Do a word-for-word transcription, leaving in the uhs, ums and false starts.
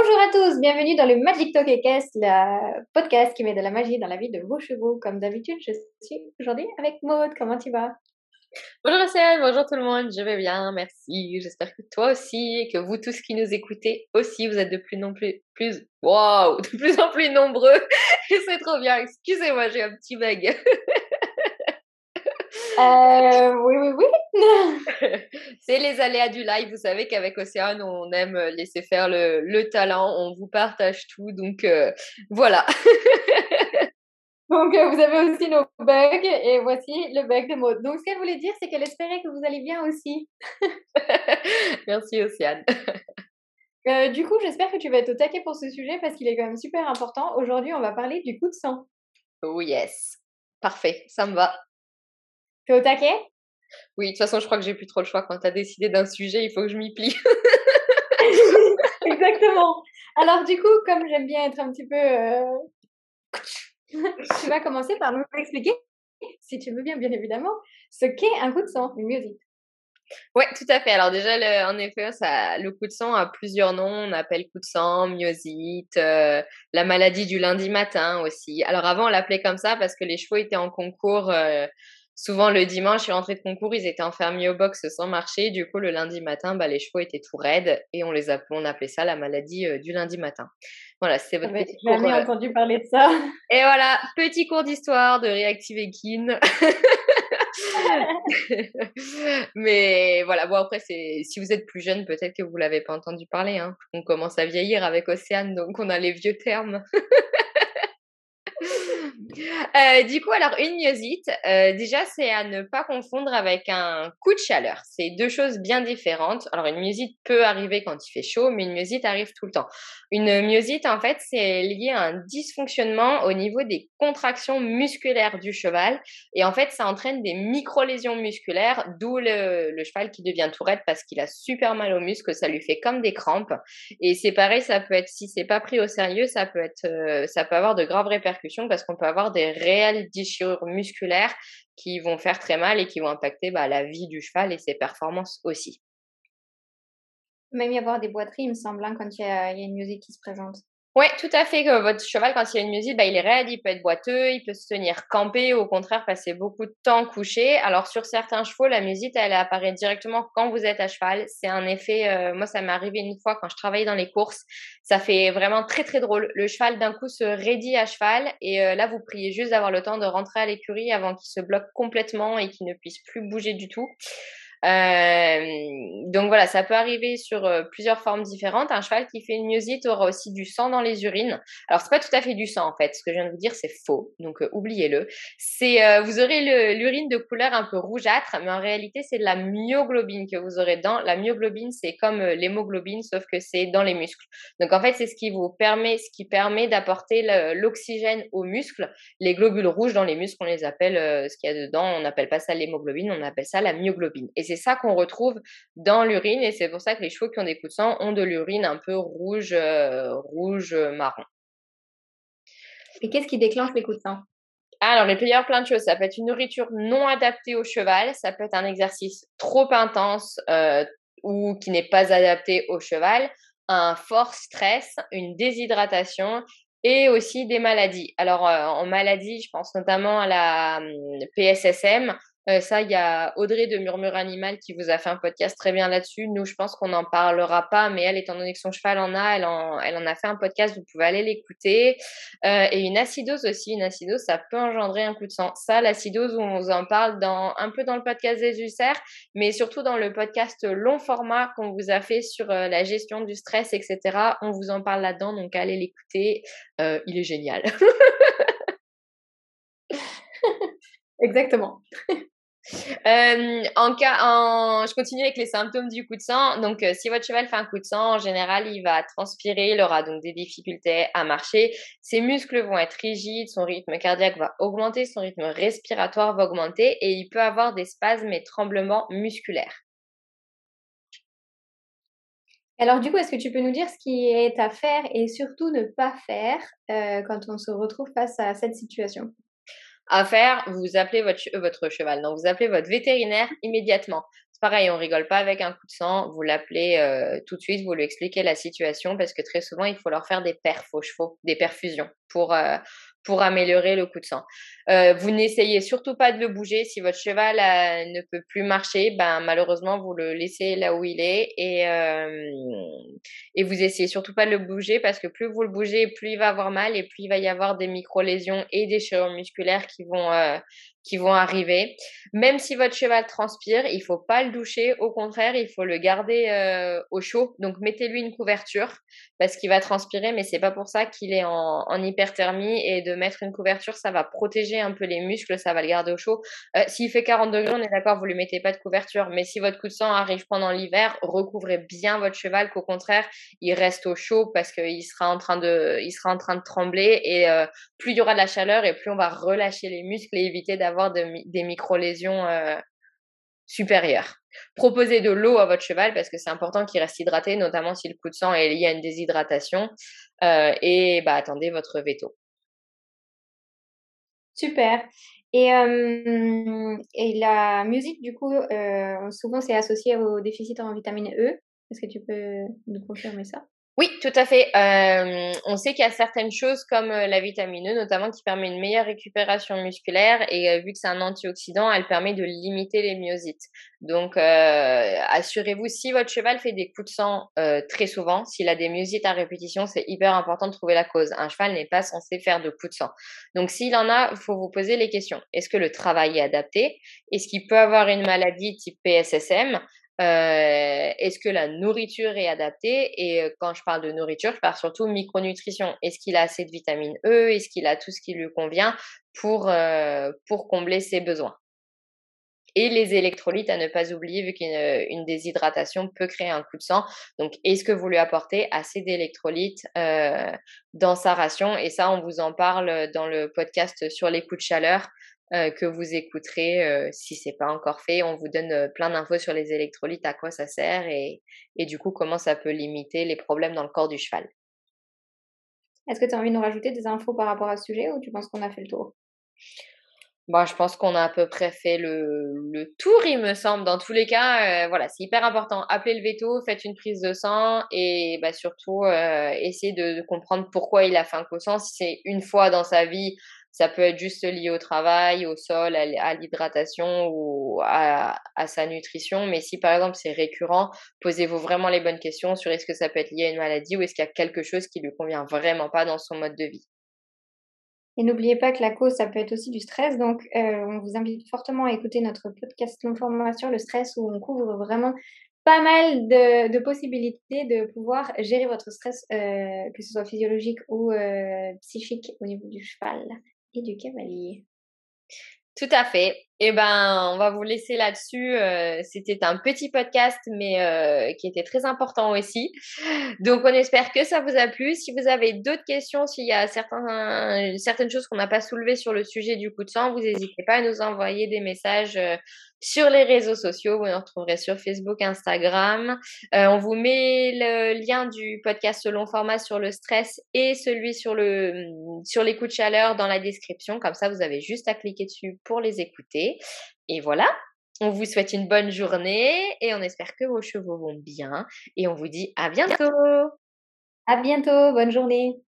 Bonjour à tous, bienvenue dans le Magic Talk Cast, le podcast qui met de la magie dans la vie de vos chevaux. Comme d'habitude, je suis aujourd'hui avec Maud. Comment tu vas? Bonjour Océane, bonjour tout le monde, je vais bien, merci. J'espère que toi aussi et que vous tous qui nous écoutez aussi, vous êtes de plus en plus, plus, wow, de plus en plus nombreux. Et c'est trop bien, excusez-moi, j'ai un petit bug. Euh, oui, oui, oui. C'est les aléas du live, vous savez qu'avec Océane, on aime laisser faire le, le talent, on vous partage tout, donc euh, voilà. Donc, euh, vous avez aussi nos bugs et voici le bug de Maud. Donc, ce qu'elle voulait dire, c'est qu'elle espérait que vous allez bien aussi. Merci Océane. Euh, du coup, j'espère que tu vas être au taquet pour ce sujet parce qu'il est quand même super important. Aujourd'hui, on va parler du coup de sang. Oh yes, parfait, ça me va. T'es au taquet? Oui, de toute façon, je crois que j'ai plus trop le choix. Quand tu as décidé d'un sujet, il faut que je m'y plie. Exactement. Alors, du coup, comme j'aime bien être un petit peu... euh, tu vas commencer par nous expliquer, si tu veux bien, bien évidemment, ce qu'est un coup de sang, une myosite. Ouais, tout à fait. Alors déjà, le, en effet, ça, le coup de sang a plusieurs noms. On appelle coup de sang, myosite, euh, la maladie du lundi matin aussi. Alors avant, on l'appelait comme ça parce que les chevaux étaient en concours. Euh, souvent le dimanche, les rentrées de concours, ils étaient enfermés au box sans marcher. Du coup, le lundi matin, bah, les chevaux étaient tout raides et on les appelait, on appelait ça la maladie euh, du lundi matin. Voilà, c'est votre J'avais petit cours. jamais euh. entendu parler de ça. Et voilà, petit cours d'histoire de Reactive Equine. Mais voilà, bon après, c'est si vous êtes plus jeune, peut-être que vous l'avez pas entendu parler, hein. On commence à vieillir avec Océane, donc on a les vieux termes. Euh, du coup, alors une myosite, euh, déjà c'est à ne pas confondre avec un coup de chaleur. C'est deux choses bien différentes. Alors une myosite peut arriver quand il fait chaud, mais une myosite arrive tout le temps. Une myosite, en fait, c'est lié à un dysfonctionnement au niveau des contractions musculaires du cheval. Et en fait, ça entraîne des micro-lésions musculaires, d'où le, le cheval qui devient tourette parce qu'il a super mal aux muscles, ça lui fait comme des crampes. Et c'est pareil, ça peut être, si c'est pas pris au sérieux, ça peut être, euh, ça peut avoir de graves répercussions parce qu'on peut avoir des réelles déchirures musculaires qui vont faire très mal et qui vont impacter bah, la vie du cheval et ses performances aussi. Même y avoir des boiteries, il me semble, hein, quand il y a, il y a une myosite qui se présente. Ouais, tout à fait. Que votre cheval, quand il y a une myosite, bah, il est raide, il peut être boiteux, il peut se tenir campé, au contraire, passer beaucoup de temps couché. Alors, sur certains chevaux, la myosite, elle apparaît directement quand vous êtes à cheval. C'est un effet, euh, moi, ça m'est arrivé une fois quand je travaillais dans les courses. Ça fait vraiment très, très drôle. Le cheval, d'un coup, se raidit à cheval et euh, là, vous priez juste d'avoir le temps de rentrer à l'écurie avant qu'il se bloque complètement et qu'il ne puisse plus bouger du tout. Euh, donc voilà, ça peut arriver sur euh, plusieurs formes différentes. Un cheval qui fait une myosite aura aussi du sang dans les urines. Alors c'est pas tout à fait du sang en fait. Ce que je viens de vous dire c'est faux, donc euh, oubliez-le. C'est euh, vous aurez le, l'urine de couleur un peu rougeâtre, mais en réalité c'est de la myoglobine que vous aurez dans. La myoglobine c'est comme euh, l'hémoglobine sauf que c'est dans les muscles. Donc en fait c'est ce qui vous permet, ce qui permet d'apporter le, l'oxygène aux muscles. Les globules rouges dans les muscles on les appelle euh, ce qu'il y a dedans. On n'appelle pas ça l'hémoglobine, on appelle ça la myoglobine. Et c'est ça qu'on retrouve dans l'urine et c'est pour ça que les chevaux qui ont des coups de sang ont de l'urine un peu rouge, euh, rouge euh, marron. Et qu'est-ce qui déclenche les coups de sang? Alors, il peut y avoir plein de choses. Ça peut être une nourriture non adaptée au cheval, ça peut être un exercice trop intense euh, ou qui n'est pas adapté au cheval, un fort stress, une déshydratation et aussi des maladies. Alors, euh, en maladie, je pense notamment à la hum, P S S M. Euh, ça, il y a Audrey de Murmure Animal qui vous a fait un podcast très bien là-dessus. Nous, je pense qu'on n'en parlera pas, mais elle, étant donné que son cheval en a, elle en, elle en a fait un podcast, vous pouvez aller l'écouter. Euh, et une acidose aussi. Une acidose, ça peut engendrer un coup de sang. Ça, l'acidose, on vous en parle dans, un peu dans le podcast des ulcères, mais surtout dans le podcast long format qu'on vous a fait sur euh, la gestion du stress, et cetera. On vous en parle là-dedans, donc allez l'écouter. Euh, il est génial. Exactement. Euh, en cas, en, je continue avec les symptômes du coup de sang. Donc, euh, si votre cheval fait un coup de sang, en général, il va transpirer, il aura donc des difficultés à marcher. Ses muscles vont être rigides, son rythme cardiaque va augmenter, son rythme respiratoire va augmenter et il peut avoir des spasmes et tremblements musculaires. Alors du coup, est-ce que tu peux nous dire ce qui est à faire et surtout ne pas faire euh, quand on se retrouve face à cette situation? À faire, vous appelez votre, che- euh, votre cheval, donc vous appelez votre vétérinaire immédiatement. C'est pareil, on rigole pas avec un coup de sang. Vous l'appelez euh, tout de suite, vous lui expliquez la situation parce que très souvent, il faut leur faire des perfs aux chevaux, des perfusions pour, euh, pour améliorer le coup de sang. Euh, vous n'essayez surtout pas de le bouger. Si votre cheval euh, ne peut plus marcher, ben, malheureusement, vous le laissez là où il est et, euh, et vous essayez surtout pas de le bouger parce que plus vous le bougez, plus il va avoir mal et plus il va y avoir des micro-lésions et des déchirures musculaires qui vont, euh, qui vont arriver. Même si votre cheval transpire, il faut pas le doucher. Au contraire, il faut le garder euh, au chaud. Donc, mettez-lui une couverture parce qu'il va transpirer, mais c'est pas pour ça qu'il est en, en hyperthermie. Et de mettre une couverture, ça va protéger un peu les muscles, ça va le garder au chaud. Euh, s'il fait quarante degrés, on est d'accord, vous lui mettez pas de couverture. Mais si votre coup de sang arrive pendant l'hiver, recouvrez bien votre cheval, qu'au contraire, il reste au chaud parce qu'il sera en train de, il sera en train de trembler. Et euh, plus il y aura de la chaleur et plus on va relâcher les muscles et éviter d'avoir de, des micro-lésions euh, supérieures. Proposez de l'eau à votre cheval parce que c'est important qu'il reste hydraté, notamment si le coup de sang est lié à une déshydratation. Euh, et bah, attendez votre veto. Super. Et, euh, et la musique, du coup, euh, souvent c'est associé au déficit en vitamine E. Est-ce que tu peux nous confirmer ça? Oui, tout à fait. Euh, on sait qu'il y a certaines choses comme euh, la vitamine E, notamment, qui permet une meilleure récupération musculaire et euh, vu que c'est un antioxydant, elle permet de limiter les myosites. Donc, euh, assurez-vous, si votre cheval fait des coups de sang euh, très souvent, s'il a des myosites à répétition, c'est hyper important de trouver la cause. Un cheval n'est pas censé faire de coups de sang. Donc, s'il en a, il faut vous poser les questions. Est-ce que le travail est adapté? Est-ce qu'il peut avoir une maladie type P S S M? Euh, est-ce que la nourriture est adaptée? Et euh, quand je parle de nourriture, je parle surtout micronutrition. Est-ce qu'il a assez de vitamine E? Est-ce qu'il a tout ce qui lui convient pour, euh, pour combler ses besoins? Et les électrolytes à ne pas oublier, vu qu'une une déshydratation peut créer un coup de sang. Donc, est-ce que vous lui apportez assez d'électrolytes euh, dans sa ration? Et ça, on vous en parle dans le podcast sur les coups de chaleur euh, que vous écouterez euh, si c'est pas encore fait. On vous donne euh, plein d'infos sur les électrolytes, à quoi ça sert et, et du coup, comment ça peut limiter les problèmes dans le corps du cheval. Est-ce que tu as envie de nous rajouter des infos par rapport à ce sujet ou tu penses qu'on a fait le tour? Bah, je pense qu'on a à peu près fait le, le tour, il me semble. Dans tous les cas, euh, voilà, c'est hyper important. Appelez le veto, faites une prise de sang et bah, surtout, euh, essayez de, de comprendre pourquoi il a fait un coup de sang. Si c'est une fois dans sa vie, ça peut être juste lié au travail, au sol, à, l- à l'hydratation ou à, à sa nutrition. Mais si par exemple c'est récurrent, posez-vous vraiment les bonnes questions sur est-ce que ça peut être lié à une maladie ou est-ce qu'il y a quelque chose qui lui convient vraiment pas dans son mode de vie. Et n'oubliez pas que la cause, ça peut être aussi du stress. Donc, euh, on vous invite fortement à écouter notre podcast long format sur le stress où on couvre vraiment pas mal de, de possibilités de pouvoir gérer votre stress, euh, que ce soit physiologique ou euh, psychique au niveau du cheval et du cavalier. Tout à fait. Eh ben, on va vous laisser là-dessus. Euh, c'était un petit podcast, mais euh, qui était très important aussi. Donc, on espère que ça vous a plu. Si vous avez d'autres questions, s'il y a certains, certaines choses qu'on n'a pas soulevées sur le sujet du coup de sang, vous n'hésitez pas à nous envoyer des messages euh, sur les réseaux sociaux. Vous nous retrouverez sur Facebook, Instagram. Euh, on vous met le lien du podcast long format sur le stress et celui sur le sur les coups de chaleur dans la description. Comme ça, vous avez juste à cliquer dessus pour les écouter. Et voilà, on vous souhaite une bonne journée et on espère que vos chevaux vont bien. Et on vous dit à bientôt. À bientôt, bonne journée.